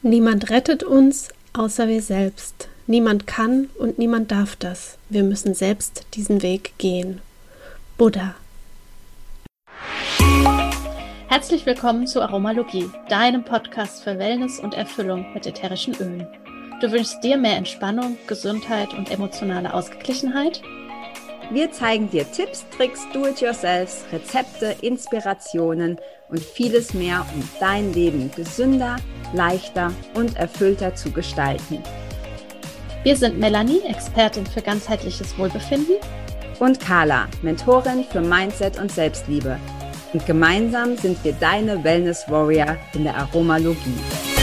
Niemand rettet uns, außer wir selbst. Niemand kann und niemand darf das. Wir müssen selbst diesen Weg gehen. Buddha. Herzlich willkommen zu Aromalogie, deinem Podcast für Wellness und Erfüllung mit ätherischen Ölen. Du wünschst dir mehr Entspannung, Gesundheit und emotionale Ausgeglichenheit? Wir zeigen dir Tipps, Tricks, Do-it-yourselfs, Rezepte, Inspirationen und vieles mehr, um dein Leben gesünder, leichter und erfüllter zu gestalten. Wir sind Melanie, Expertin für ganzheitliches Wohlbefinden, und Carla, Mentorin für Mindset und Selbstliebe. Und gemeinsam sind wir deine Wellness Warrior in der Aromalogie.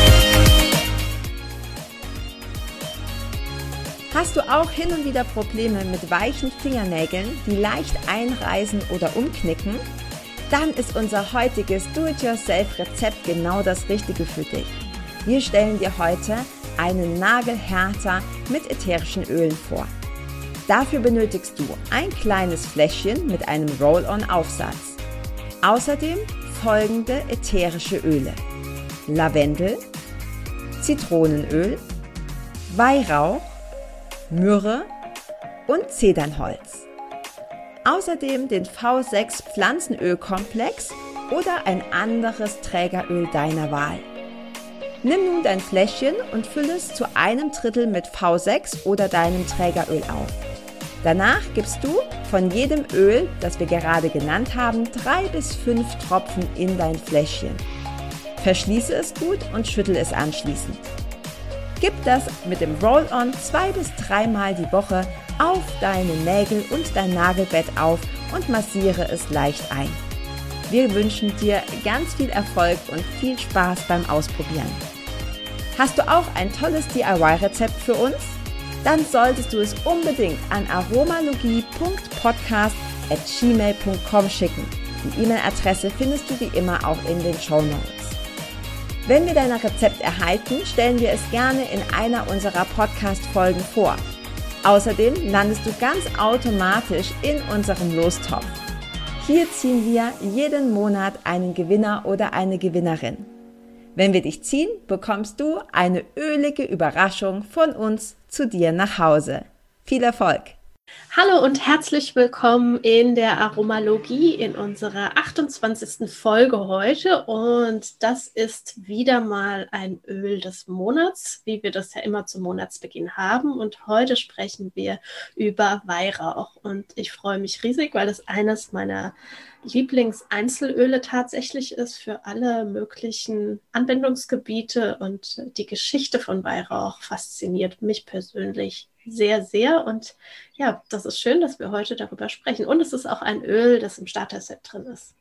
Hast du auch hin und wieder Probleme mit weichen Fingernägeln, die leicht einreißen oder umknicken? Dann ist unser heutiges Do-it-yourself-Rezept genau das Richtige für dich. Wir stellen dir heute einen Nagelhärter mit ätherischen Ölen vor. Dafür benötigst du ein kleines Fläschchen mit einem Roll-on-Aufsatz. Außerdem folgende ätherische Öle: Lavendel, Zitronenöl, Weihrauch, Myrrhe und Zedernholz. Außerdem den V6 Pflanzenölkomplex oder ein anderes Trägeröl deiner Wahl. Nimm nun dein Fläschchen und fülle es zu 1/3 mit V6 oder deinem Trägeröl auf. Danach gibst du von jedem Öl, das wir gerade genannt haben, 3 bis 5 Tropfen in dein Fläschchen. Verschließe es gut und schüttel es anschließend. Gib das mit dem Roll-on 2 bis 3 Mal die Woche auf deine Nägel und dein Nagelbett auf und massiere es leicht ein. Wir wünschen dir ganz viel Erfolg und viel Spaß beim Ausprobieren. Hast du auch ein tolles DIY-Rezept für uns? Dann solltest du es unbedingt an aromalogie.podcast@gmail.com schicken. Die E-Mail-Adresse findest du wie immer auch in den Shownotes. Wenn wir dein Rezept erhalten, stellen wir es gerne in einer unserer Podcast-Folgen vor. Außerdem landest du ganz automatisch in unserem Lostopf. Hier ziehen wir jeden Monat einen Gewinner oder eine Gewinnerin. Wenn wir dich ziehen, bekommst du eine ölige Überraschung von uns zu dir nach Hause. Viel Erfolg! Hallo und herzlich willkommen in der Aromalogie in unserer 28. Folge heute, und das ist wieder mal ein Öl des Monats, wie wir das ja immer zum Monatsbeginn haben, und heute sprechen wir über Weihrauch, und ich freue mich riesig, weil das eines meiner Lieblingseinzelöle tatsächlich ist für alle möglichen Anwendungsgebiete, und die Geschichte von Weihrauch fasziniert mich persönlich sehr, sehr, und ja, das ist schön, dass wir heute darüber sprechen, und es ist auch ein Öl, das im Starter-Set drin ist.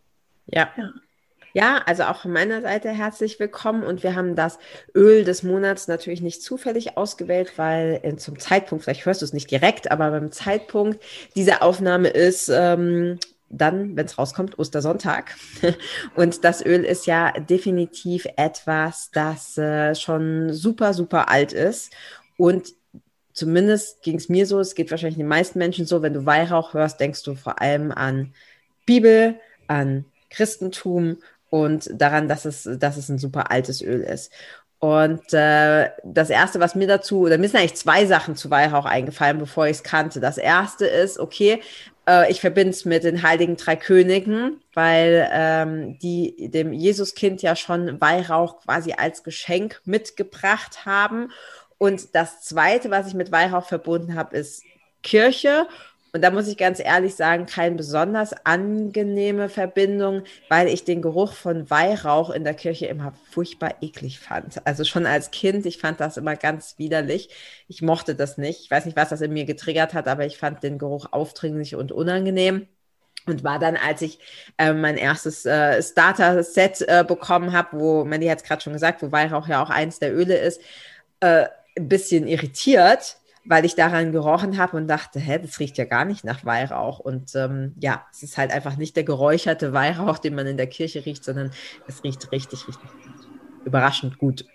Ja, also auch von meiner Seite herzlich willkommen, und wir haben das Öl des Monats natürlich nicht zufällig ausgewählt, weil zum Zeitpunkt, vielleicht hörst du es nicht direkt, aber beim Zeitpunkt dieser Aufnahme ist dann, wenn es rauskommt, Ostersonntag. Und das Öl ist ja definitiv etwas, das schon super, super alt ist. Und zumindest ging es mir so, es geht wahrscheinlich den meisten Menschen so, wenn du Weihrauch hörst, denkst du vor allem an Bibel, an Christentum und daran, dass es ein super altes Öl ist. Und das Erste, was mir dazu, oder mir sind eigentlich 2 Sachen zu Weihrauch eingefallen, bevor ich es kannte. Das Erste ist, okay, ich verbinde es mit den Heiligen 3 Königen, weil die dem Jesuskind ja schon Weihrauch quasi als Geschenk mitgebracht haben. Und das Zweite, was ich mit Weihrauch verbunden habe, ist Kirche. Und da muss ich ganz ehrlich sagen, keine besonders angenehme Verbindung, weil ich den Geruch von Weihrauch in der Kirche immer furchtbar eklig fand. Also schon als Kind, ich fand das immer ganz widerlich. Ich mochte das nicht. Ich weiß nicht, was das in mir getriggert hat, aber ich fand den Geruch aufdringlich und unangenehm. Und war dann, als ich mein erstes Starter-Set bekommen habe, wo, Mandy hat es gerade schon gesagt, wo Weihrauch ja auch eins der Öle ist, ein bisschen irritiert, weil ich daran gerochen habe und dachte, das riecht ja gar nicht nach Weihrauch. Und es ist halt einfach nicht der geräucherte Weihrauch, den man in der Kirche riecht, sondern es riecht richtig, richtig gut. überraschend gut.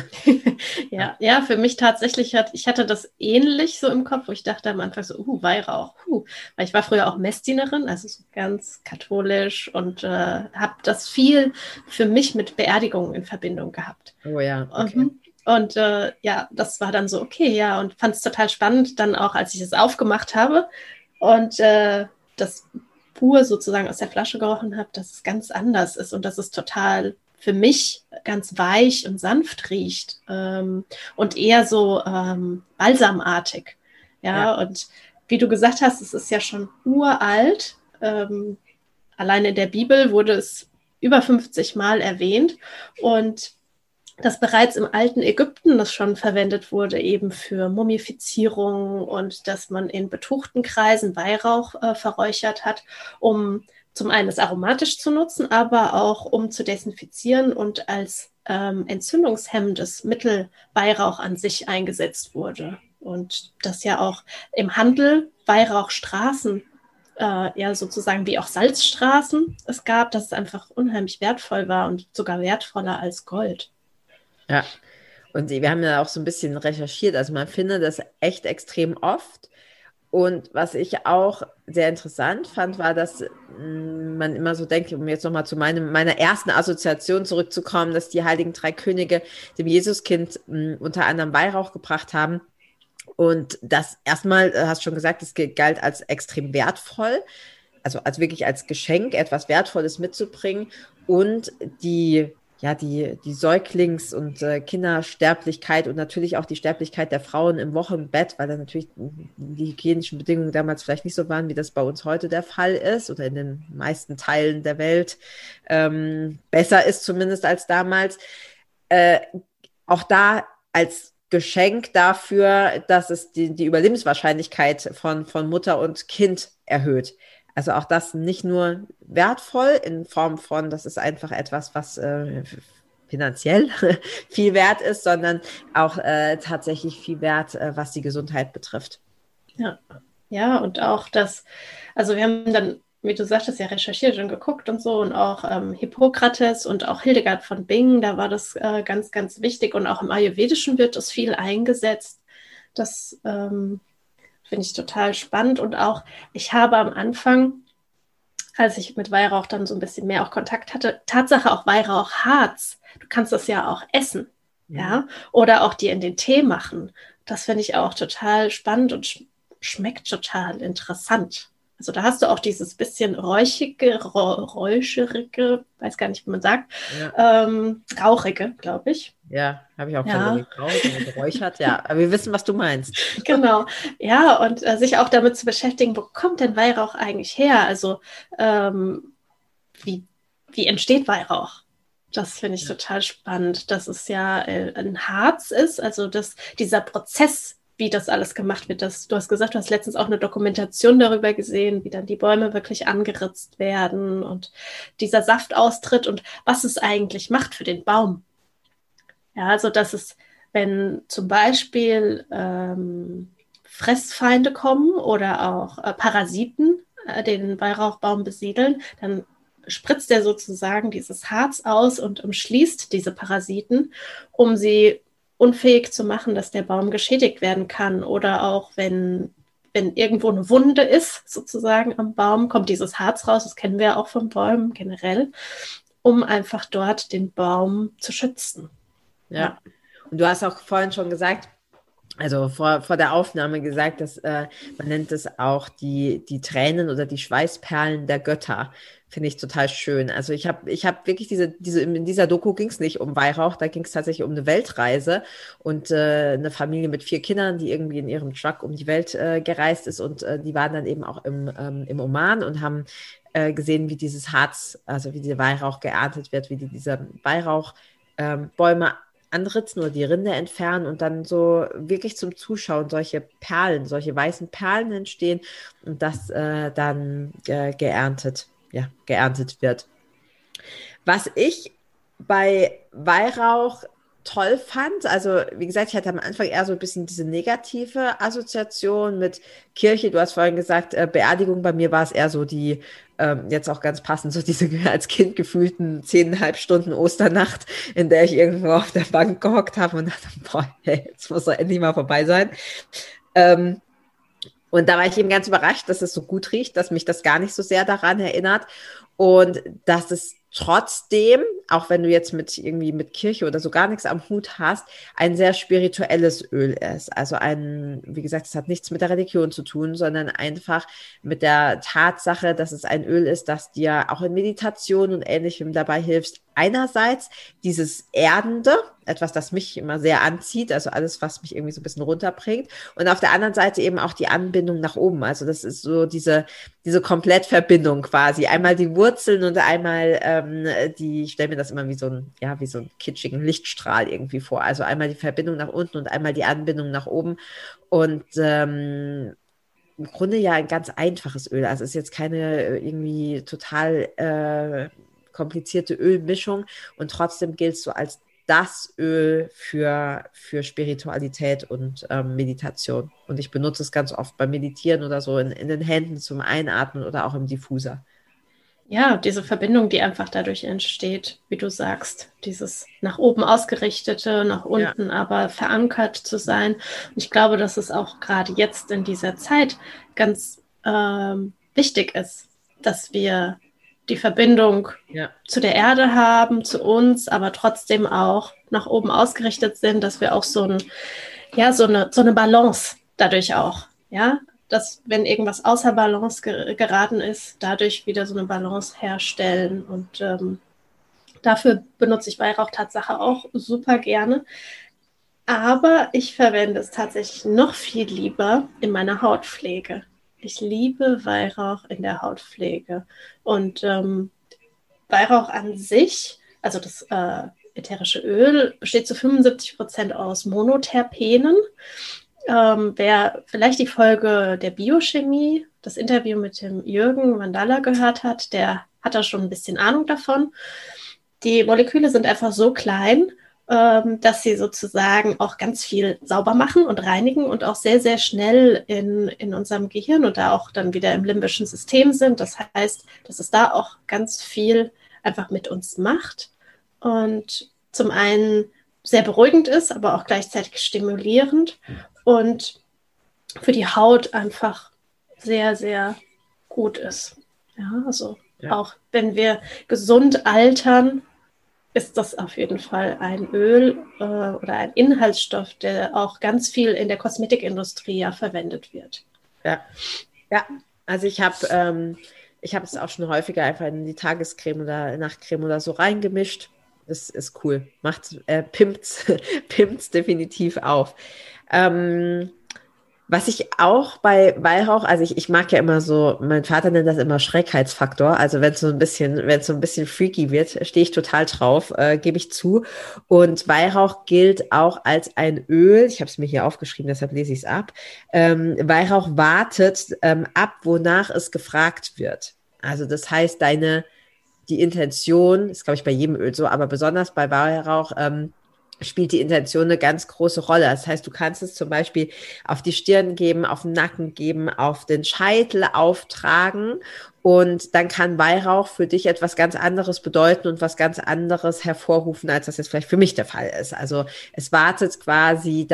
Ja, für mich tatsächlich ich hatte das ähnlich so im Kopf, wo ich dachte am Anfang so, Weihrauch, weil ich war früher auch Messdienerin, also so ganz katholisch und habe das viel für mich mit Beerdigungen in Verbindung gehabt. Oh ja, okay. Und das war dann so, okay, ja, und fand es total spannend, dann auch, als ich es aufgemacht habe und das pur sozusagen aus der Flasche gerochen habe, dass es ganz anders ist und dass es total für mich ganz weich und sanft riecht und eher so balsamartig. Ja, und wie du gesagt hast, es ist ja schon uralt. Allein in der Bibel wurde es über 50 Mal erwähnt und dass bereits im alten Ägypten das schon verwendet wurde, eben für Mumifizierung und dass man in betuchten Kreisen Weihrauch verräuchert hat, um zum einen es aromatisch zu nutzen, aber auch um zu desinfizieren und als entzündungshemmendes Mittel Weihrauch an sich eingesetzt wurde. Und dass ja auch im Handel Weihrauchstraßen sozusagen wie auch Salzstraßen es gab, dass es einfach unheimlich wertvoll war und sogar wertvoller als Gold. Ja, und wir haben ja auch so ein bisschen recherchiert, also man findet das echt extrem oft. Und was ich auch sehr interessant fand, war, dass man immer so denkt, um jetzt nochmal zu meiner ersten Assoziation zurückzukommen, dass die Heiligen Drei Könige dem Jesuskind unter anderem Weihrauch gebracht haben. Und das erstmal, hast du schon gesagt, es galt als extrem wertvoll, also als wirklich als Geschenk, etwas Wertvolles mitzubringen. Und die Säuglings- und Kindersterblichkeit und natürlich auch die Sterblichkeit der Frauen im Wochenbett, weil da natürlich die hygienischen Bedingungen damals vielleicht nicht so waren, wie das bei uns heute der Fall ist oder in den meisten Teilen der Welt besser ist zumindest als damals. Auch da als Geschenk dafür, dass es die Überlebenswahrscheinlichkeit von Mutter und Kind erhöht. Also auch das nicht nur wertvoll in Form von, das ist einfach etwas, was finanziell viel wert ist, sondern auch tatsächlich viel wert, was die Gesundheit betrifft. Ja, und auch also wir haben dann, wie du sagtest, ja recherchiert und geguckt und so und auch Hippokrates und auch Hildegard von Bingen, da war das ganz, ganz wichtig und auch im Ayurvedischen wird das viel eingesetzt. Das finde ich total spannend und auch, ich habe am Anfang, als ich mit Weihrauch dann so ein bisschen mehr auch Kontakt hatte, Tatsache auch Weihrauchharz. Du kannst das ja auch essen, ja, oder auch dir in den Tee machen. Das finde ich auch total spannend und schmeckt total interessant. Also da hast du auch dieses bisschen räucherige, weiß gar nicht, wie man sagt, rauchige, glaube ich. Ja, habe ich auch gerade geräuchert, ja. Aber wir wissen, was du meinst. Genau, ja, und sich auch damit zu beschäftigen, wo kommt denn Weihrauch eigentlich her? Also wie entsteht Weihrauch? Das finde ich total spannend, dass es ja ein Harz ist, also dieser Prozess, wie das alles gemacht wird. Du hast gesagt, du hast letztens auch eine Dokumentation darüber gesehen, wie dann die Bäume wirklich angeritzt werden und dieser Saft austritt und was es eigentlich macht für den Baum. Ja, also dass es, wenn zum Beispiel Fressfeinde kommen oder auch Parasiten den Weihrauchbaum besiedeln, dann spritzt er sozusagen dieses Harz aus und umschließt diese Parasiten, um sie unfähig zu machen, dass der Baum geschädigt werden kann. Oder auch wenn irgendwo eine Wunde ist, sozusagen am Baum, kommt dieses Harz raus, das kennen wir auch von Bäumen generell, um einfach dort den Baum zu schützen. Ja. Und du hast auch vorhin schon gesagt, also vor der Aufnahme gesagt, dass man nennt es auch die Tränen oder die Schweißperlen der Götter. Finde ich total schön. Also ich hab wirklich in dieser Doku ging es nicht um Weihrauch, da ging es tatsächlich um eine Weltreise und eine Familie mit 4 Kindern, die irgendwie in ihrem Truck um die Welt gereist ist und die waren dann eben auch im Oman und haben gesehen, wie dieses Harz, also wie dieser Weihrauch geerntet wird, wie die diese Weihrauchbäume anritzen oder die Rinde entfernen und dann so wirklich zum Zuschauen solche weißen Perlen entstehen und das dann geerntet wird. Was ich bei Weihrauch toll fand. Also wie gesagt, ich hatte am Anfang eher so ein bisschen diese negative Assoziation mit Kirche. Du hast vorhin gesagt, Beerdigung. Bei mir war es eher so die, jetzt auch ganz passend, so diese als Kind gefühlten 10,5 Stunden Osternacht, in der ich irgendwo auf der Bank gehockt habe und dachte, boah, hey, jetzt muss doch endlich mal vorbei sein. Und da war ich eben ganz überrascht, dass es so gut riecht, dass mich das gar nicht so sehr daran erinnert und dass es trotzdem, auch wenn du jetzt mit Kirche oder so gar nichts am Hut hast, ein sehr spirituelles Öl ist. Also wie gesagt, es hat nichts mit der Religion zu tun, sondern einfach mit der Tatsache, dass es ein Öl ist, das dir auch in Meditation und Ähnlichem dabei hilft. Einerseits dieses Erdende, etwas, das mich immer sehr anzieht, also alles, was mich irgendwie so ein bisschen runterbringt. Und auf der anderen Seite eben auch die Anbindung nach oben. Also das ist so diese Komplettverbindung quasi. Einmal die Wurzeln und einmal ich stelle mir das immer wie so einen kitschigen Lichtstrahl irgendwie vor. Also einmal die Verbindung nach unten und einmal die Anbindung nach oben. Und im Grunde ja ein ganz einfaches Öl. Also es ist jetzt keine irgendwie total komplizierte Ölmischung und trotzdem gilt es so als das Öl für Spiritualität und Meditation. Und ich benutze es ganz oft beim Meditieren oder so in den Händen zum Einatmen oder auch im Diffuser. Ja, diese Verbindung, die einfach dadurch entsteht, wie du sagst, dieses nach oben ausgerichtete, nach unten aber verankert zu sein. Und ich glaube, dass es auch gerade jetzt in dieser Zeit ganz wichtig ist, dass wir die Verbindung zu der Erde haben, zu uns, aber trotzdem auch nach oben ausgerichtet sind, dass wir auch so eine Balance dadurch auch, dass wenn irgendwas außer Balance geraten ist, dadurch wieder so eine Balance herstellen. Und dafür benutze ich Weihrauch Tatsache auch super gerne. Aber ich verwende es tatsächlich noch viel lieber in meiner Hautpflege. Ich liebe Weihrauch in der Hautpflege. Und Weihrauch an sich, also das ätherische Öl, besteht zu 75% aus Monoterpenen. Wer vielleicht die Folge der Biochemie, das Interview mit dem Jürgen Mandala gehört hat, der hat da schon ein bisschen Ahnung davon. Die Moleküle sind einfach so klein, dass sie sozusagen auch ganz viel sauber machen und reinigen und auch sehr, sehr schnell in unserem Gehirn und da auch dann wieder im limbischen System sind. Das heißt, dass es da auch ganz viel einfach mit uns macht und zum einen sehr beruhigend ist, aber auch gleichzeitig stimulierend und für die Haut einfach sehr, sehr gut ist. Ja, also auch wenn wir gesund altern, ist das auf jeden Fall ein Öl oder ein Inhaltsstoff, der auch ganz viel in der Kosmetikindustrie ja verwendet wird. Ja, also ich habe es auch schon häufiger einfach in die Tagescreme oder Nachtcreme oder so reingemischt. Das ist cool. Pimpt's definitiv auf. Was ich auch bei Weihrauch, also ich mag ja immer so, mein Vater nennt das immer Schreckheitsfaktor, also wenn es so ein bisschen freaky wird, stehe ich total drauf, gebe ich zu. Und Weihrauch gilt auch als ein Öl, ich habe es mir hier aufgeschrieben, deshalb lese ich es ab. Weihrauch wartet ab, wonach es gefragt wird. Also das heißt, die Intention, ist glaube ich bei jedem Öl so, aber besonders bei Weihrauch, spielt die Intention eine ganz große Rolle. Das heißt, du kannst es zum Beispiel auf die Stirn geben, auf den Nacken geben, auf den Scheitel auftragen und dann kann Weihrauch für dich etwas ganz anderes bedeuten und was ganz anderes hervorrufen, als das jetzt vielleicht für mich der Fall ist. Also es wartet quasi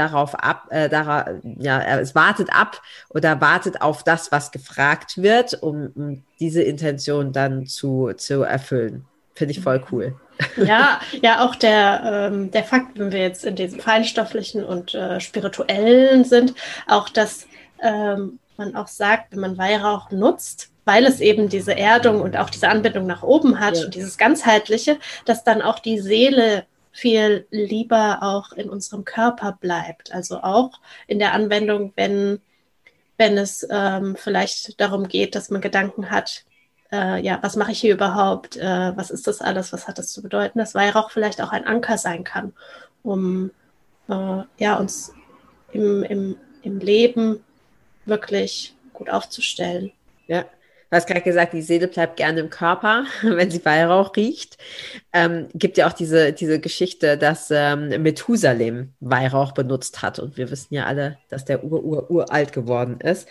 es wartet ab oder wartet auf das, was gefragt wird, um diese Intention dann zu erfüllen. Finde ich voll cool. Ja, auch der Fakt, wenn wir jetzt in diesem feinstofflichen und spirituellen sind, auch, dass man auch sagt, wenn man Weihrauch nutzt, weil es eben diese Erdung und auch diese Anbindung nach oben hat und dieses Ganzheitliche, dass dann auch die Seele viel lieber auch in unserem Körper bleibt. Also auch in der Anwendung, wenn es vielleicht darum geht, dass man Gedanken hat, was mache ich hier überhaupt? Was ist das alles? Was hat das zu bedeuten? Dass Weihrauch vielleicht auch ein Anker sein kann, um uns im Leben wirklich gut aufzustellen. Ja, Du hast gerade gesagt, die Seele bleibt gerne im Körper, wenn sie Weihrauch riecht. Gibt ja auch diese Geschichte, dass Methusalem Weihrauch benutzt hat. Und wir wissen ja alle, dass der uralt geworden ist.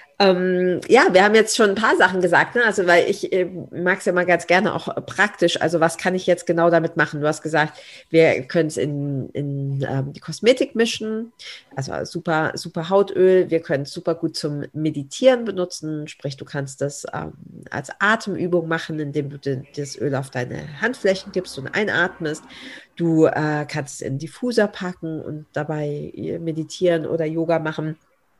Ja, wir haben jetzt schon ein paar Sachen gesagt, ne? Also, weil ich mag es ja mal ganz gerne auch praktisch. Also, was kann ich jetzt genau damit machen? Du hast gesagt, wir können es in die Kosmetik mischen. Also, super, super Hautöl. Wir können es super gut zum Meditieren benutzen. Sprich, du kannst das als Atemübung machen, indem du das Öl auf deine Handflächen gibst und einatmest. Du kannst es in Diffuser packen und dabei meditieren oder Yoga machen.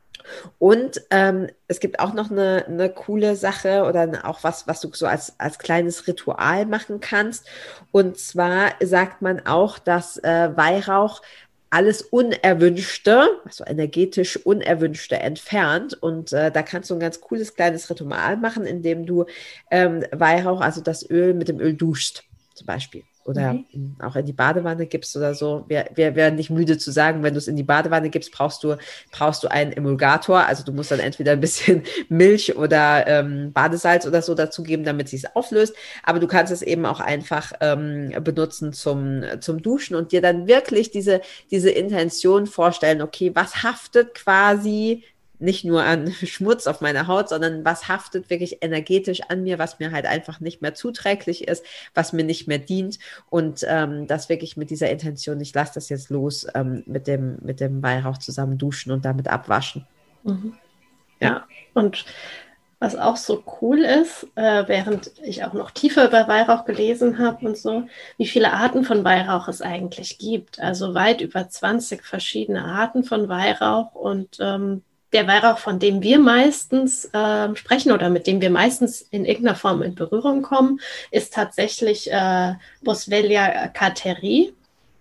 Und es gibt auch noch eine coole Sache oder auch was du so als kleines Ritual machen kannst. Und zwar sagt man auch, dass Weihrauch alles Unerwünschte, also energetisch Unerwünschte entfernt. Und da kannst du ein ganz cooles kleines Ritual machen, indem du Weihrauch, also das Öl, mit dem Öl duschst, zum Beispiel. Oder auch in die Badewanne gibst oder so. Wir werden nicht müde zu sagen, wenn du es in die Badewanne gibst, brauchst du einen Emulgator. Also du musst dann entweder ein bisschen Milch oder Badesalz oder so dazugeben, damit sie es auflöst. Aber du kannst es eben auch einfach benutzen zum Duschen und dir dann wirklich diese Intention vorstellen, okay, was haftet quasi nicht nur an Schmutz auf meiner Haut, sondern was haftet wirklich energetisch an mir, was mir halt einfach nicht mehr zuträglich ist, was mir nicht mehr dient und das wirklich mit dieser Intention, ich lasse das jetzt los, mit dem Weihrauch zusammen duschen und damit abwaschen. Mhm. Ja, und was auch so cool ist, während ich auch noch tiefer über Weihrauch gelesen habe und so, wie viele Arten von Weihrauch es eigentlich gibt. Also weit über 20 verschiedene Arten von Weihrauch und der Weihrauch, von dem wir meistens sprechen oder mit dem wir meistens in irgendeiner Form in Berührung kommen, ist tatsächlich Boswellia cateri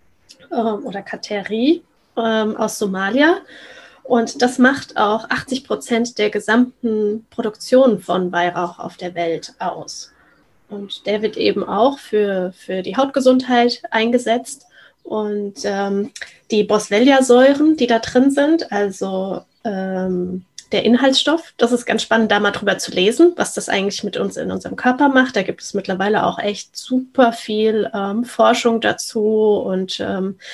oder Kateri aus Somalia. Und das macht auch 80% der gesamten Produktion von Weihrauch auf der Welt aus. Und der wird eben auch für die Hautgesundheit eingesetzt. Und die Boswellia-Säuren, die da drin sind, also der Inhaltsstoff, das ist ganz spannend, da mal drüber zu lesen, was das eigentlich mit uns in unserem Körper macht. Da gibt es mittlerweile auch echt super viel Forschung dazu. Und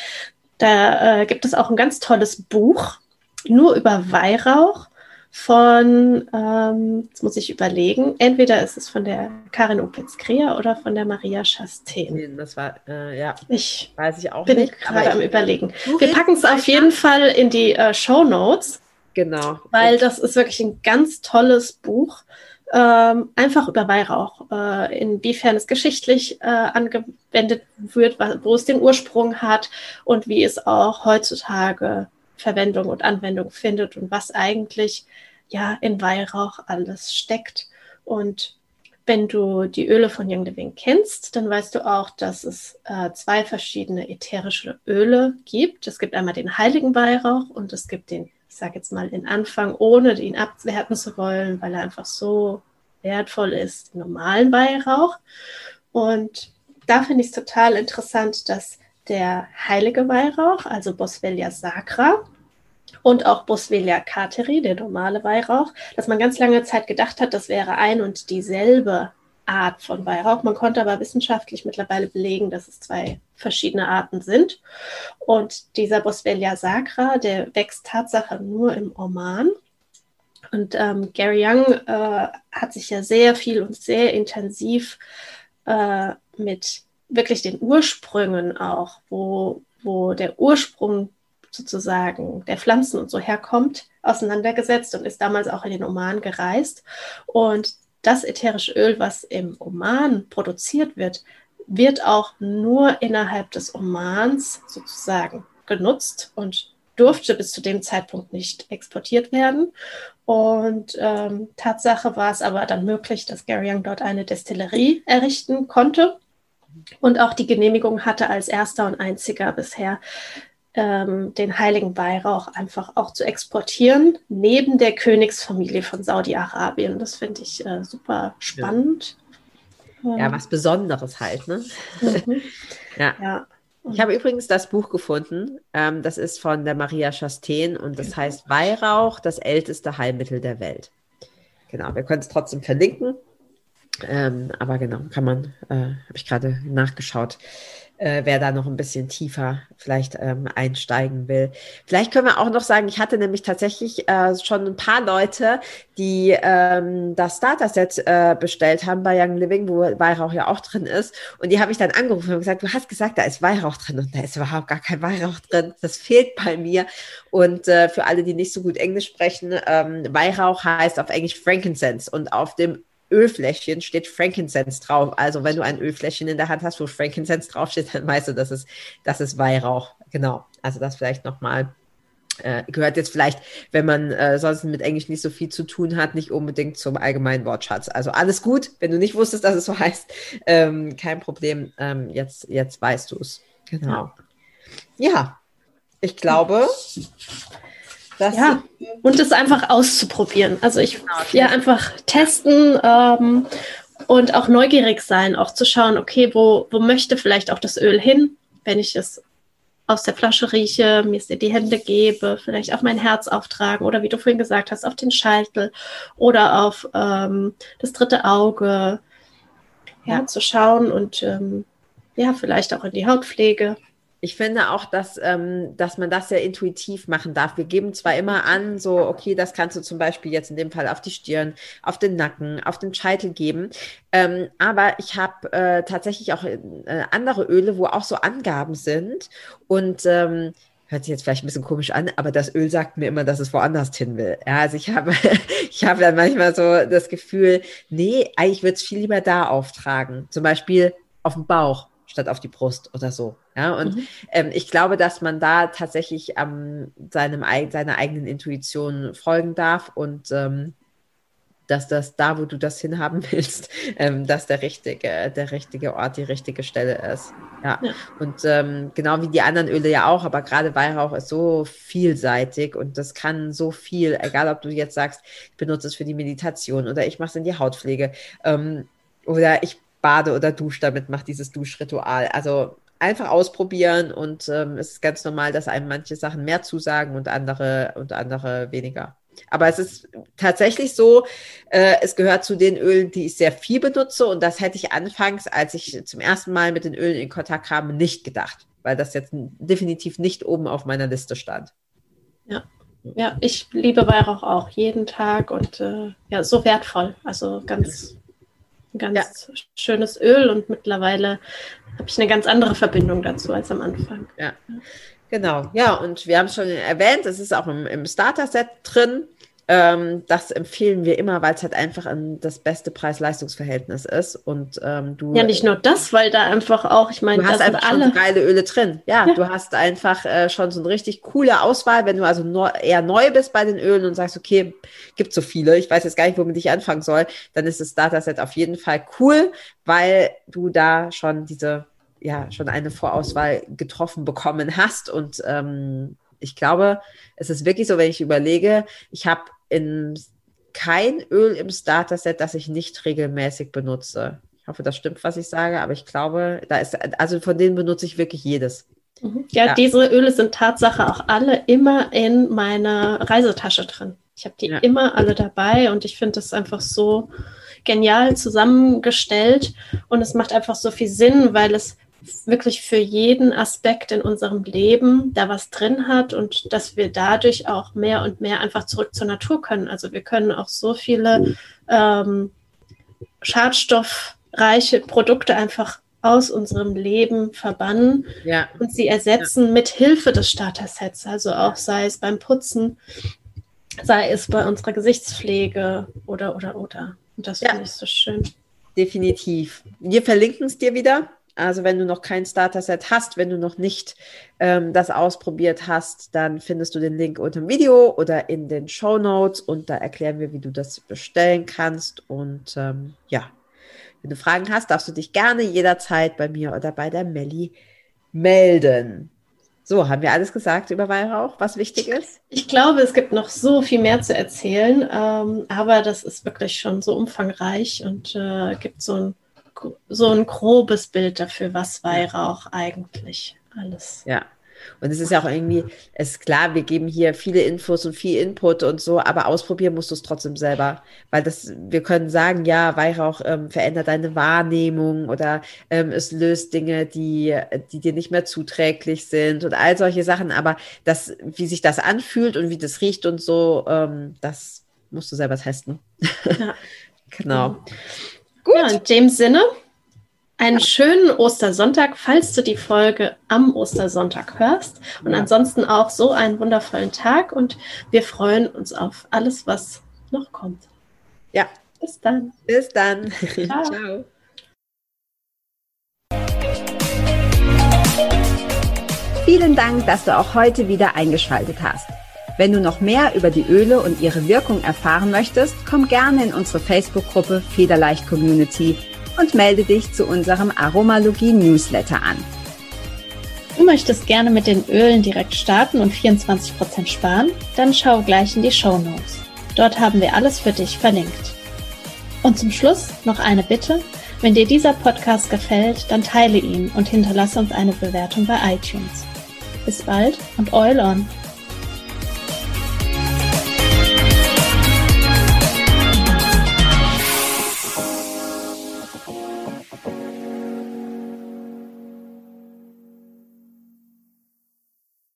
da gibt es auch ein ganz tolles Buch, nur über Weihrauch von, jetzt muss ich überlegen, entweder ist es von der Karin Opitz-Kreher oder von der Maria Chastain. Das war, ja, weiß ich auch bin nicht. Bin ich gerade am Überlegen. Wir packen es auf jeden Fall in die Shownotes. Genau. Weil das ist wirklich ein ganz tolles Buch, einfach über Weihrauch, inwiefern es geschichtlich angewendet wird, wo es den Ursprung hat und wie es auch heutzutage Verwendung und Anwendung findet und was eigentlich ja in Weihrauch alles steckt. Und wenn du die Öle von Young Living kennst, dann weißt du auch, dass es 2 verschiedene ätherische Öle gibt. Es gibt einmal den heiligen Weihrauch und es gibt den, ich sage jetzt mal den Anfang, ohne ihn abwerten zu wollen, weil er einfach so wertvoll ist, den normalen Weihrauch. Und da finde ich es total interessant, dass der heilige Weihrauch, also Boswellia sacra, und auch Boswellia cateri, der normale Weihrauch, dass man ganz lange Zeit gedacht hat, das wäre ein und dieselbe Art von Weihrauch. Man konnte aber wissenschaftlich mittlerweile belegen, dass es 2 verschiedene Arten sind. Und dieser Boswellia sacra, der wächst Tatsache nur im Oman. Und Gary Young hat sich ja sehr viel und sehr intensiv mit wirklich den Ursprüngen auch, wo der Ursprung sozusagen der Pflanzen und so herkommt, auseinandergesetzt und ist damals auch in den Oman gereist. Und das ätherische Öl, was im Oman produziert wird, wird auch nur innerhalb des Omans sozusagen genutzt und durfte bis zu dem Zeitpunkt nicht exportiert werden. Und Tatsache war es aber dann möglich, dass Gary Young dort eine Destillerie errichten konnte und auch die Genehmigung hatte, als erster und einziger bisher den heiligen Weihrauch einfach auch zu exportieren, neben der Königsfamilie von Saudi-Arabien. Das finde ich super spannend. Ja, was Besonderes halt, ne? Mhm. Ja. Ich habe übrigens das Buch gefunden, das ist von der Maria Chastain und das heißt Weihrauch, das älteste Heilmittel der Welt. Genau, wir können es trotzdem verlinken. Aber genau, kann man, habe ich gerade nachgeschaut, wer da noch ein bisschen tiefer vielleicht einsteigen will. Vielleicht können wir auch noch sagen, ich hatte nämlich tatsächlich schon ein paar Leute, die das Starter-Set bestellt haben bei Young Living, wo Weihrauch ja auch drin ist. Und die habe ich dann angerufen und gesagt, du hast gesagt, da ist Weihrauch drin. Und da ist überhaupt gar kein Weihrauch drin. Das fehlt bei mir. Und für alle, die nicht so gut Englisch sprechen, Weihrauch heißt auf Englisch Frankincense. Und auf dem Ölfläschchen steht Frankincense drauf. Also wenn du ein Ölfläschchen in der Hand hast, wo Frankincense draufsteht, dann weißt du, das ist Weihrauch. Genau. Also das vielleicht nochmal gehört jetzt vielleicht, wenn man sonst mit Englisch nicht so viel zu tun hat, nicht unbedingt zum allgemeinen Wortschatz. Also alles gut, wenn du nicht wusstest, dass es so heißt, kein Problem. Jetzt weißt du es. Genau. Ja, ich glaube, und es einfach auszuprobieren. Also einfach testen und auch neugierig sein, auch zu schauen, okay, wo möchte vielleicht auch das Öl hin, wenn ich es aus der Flasche rieche, mir es in die Hände gebe, vielleicht auf mein Herz auftragen oder wie du vorhin gesagt hast, auf den Scheitel oder auf das dritte Auge, zu schauen und vielleicht auch in die Hautpflege. Ich finde auch, dass man das sehr intuitiv machen darf. Wir geben zwar immer an, so, okay, das kannst du zum Beispiel jetzt in dem Fall auf die Stirn, auf den Nacken, auf den Scheitel geben. Aber ich habe tatsächlich auch andere Öle, wo auch so Angaben sind. Und hört sich jetzt vielleicht ein bisschen komisch an, aber das Öl sagt mir immer, dass es woanders hin will. Ja, also ich habe dann manchmal so das Gefühl, nee, eigentlich würde es viel lieber da auftragen. Zum Beispiel auf dem Bauch statt auf die Brust oder so. Ja, und ich glaube, dass man da tatsächlich seiner eigenen Intuition folgen darf und dass das da, wo du das hinhaben willst, dass der richtige Ort, die richtige Stelle ist. Ja. Und genau wie die anderen Öle ja auch, aber gerade Weihrauch ist so vielseitig und das kann so viel, egal ob du jetzt sagst, ich benutze es für die Meditation oder ich mache es in die Hautpflege oder ich bade oder dusche damit, mache dieses Duschritual. Also einfach ausprobieren und es ist ganz normal, dass einem manche Sachen mehr zusagen und andere weniger. Aber es ist tatsächlich so, es gehört zu den Ölen, die ich sehr viel benutze und das hätte ich anfangs, als ich zum ersten Mal mit den Ölen in Kontakt kam, nicht gedacht, weil das jetzt definitiv nicht oben auf meiner Liste stand. Ja, ich liebe Weihrauch auch jeden Tag und so wertvoll, also ganz schönes Öl und mittlerweile habe ich eine ganz andere Verbindung dazu als am Anfang. Ja, genau. Ja, und wir haben es schon erwähnt, es ist auch im Starter-Set drin. Das empfehlen wir immer, weil es halt einfach das beste Preis-Leistungs-Verhältnis ist. Und du. Ja, nicht nur das, weil da einfach auch, ich meine, du hast einfach schon so geile Öle drin. Ja, du hast einfach schon so eine richtig coole Auswahl, wenn du also eher neu bist bei den Ölen und sagst, okay, gibt so viele, ich weiß jetzt gar nicht, womit ich anfangen soll, dann ist das Starter-Set auf jeden Fall cool, weil du da schon schon eine Vorauswahl getroffen bekommen hast. Und ich glaube, es ist wirklich so, wenn ich überlege, ich habe kein Öl im Starter-Set, das ich nicht regelmäßig benutze. Ich hoffe, das stimmt, was ich sage, aber ich glaube, also von denen benutze ich wirklich jedes. Ja, diese Öle sind Tatsache auch alle immer in meiner Reisetasche drin. Ich habe die immer alle dabei und ich finde das einfach so genial zusammengestellt und es macht einfach so viel Sinn, weil es wirklich für jeden Aspekt in unserem Leben da was drin hat und dass wir dadurch auch mehr und mehr einfach zurück zur Natur können. Also wir können auch so viele schadstoffreiche Produkte einfach aus unserem Leben verbannen und sie ersetzen mit Hilfe des Starter-Sets. Also auch sei es beim Putzen, sei es bei unserer Gesichtspflege oder. Und das finde ich so schön. Definitiv. Wir verlinken es dir wieder. Also wenn du noch kein Starter-Set hast, wenn du noch nicht das ausprobiert hast, dann findest du den Link unter dem Video oder in den Shownotes und da erklären wir, wie du das bestellen kannst. Und wenn du Fragen hast, darfst du dich gerne jederzeit bei mir oder bei der Melli melden. So, haben wir alles gesagt über Weihrauch, was wichtig ist? Ich glaube, es gibt noch so viel mehr zu erzählen, aber das ist wirklich schon so umfangreich und gibt so ein grobes Bild dafür, was Weihrauch eigentlich alles Und es ist ja auch irgendwie, es ist klar, wir geben hier viele Infos und viel Input und so, aber ausprobieren musst du es trotzdem selber. Weil wir können sagen, ja, Weihrauch verändert deine Wahrnehmung oder es löst Dinge, die dir nicht mehr zuträglich sind und all solche Sachen. Aber wie sich das anfühlt und wie das riecht und so, das musst du selber testen. Ja. Genau. Gut. Ja, in dem Sinne, einen schönen Ostersonntag, falls du die Folge am Ostersonntag hörst. Und ansonsten auch so einen wundervollen Tag. Und wir freuen uns auf alles, was noch kommt. Ja. Bis dann. Bis dann. Ciao. Ciao. Vielen Dank, dass du auch heute wieder eingeschaltet hast. Wenn du noch mehr über die Öle und ihre Wirkung erfahren möchtest, komm gerne in unsere Facebook-Gruppe Federleicht Community und melde dich zu unserem Aromalogie-Newsletter an. Du möchtest gerne mit den Ölen direkt starten und 24% sparen? Dann schau gleich in die Shownotes. Dort haben wir alles für dich verlinkt. Und zum Schluss noch eine Bitte. Wenn dir dieser Podcast gefällt, dann teile ihn und hinterlasse uns eine Bewertung bei iTunes. Bis bald und Oil on!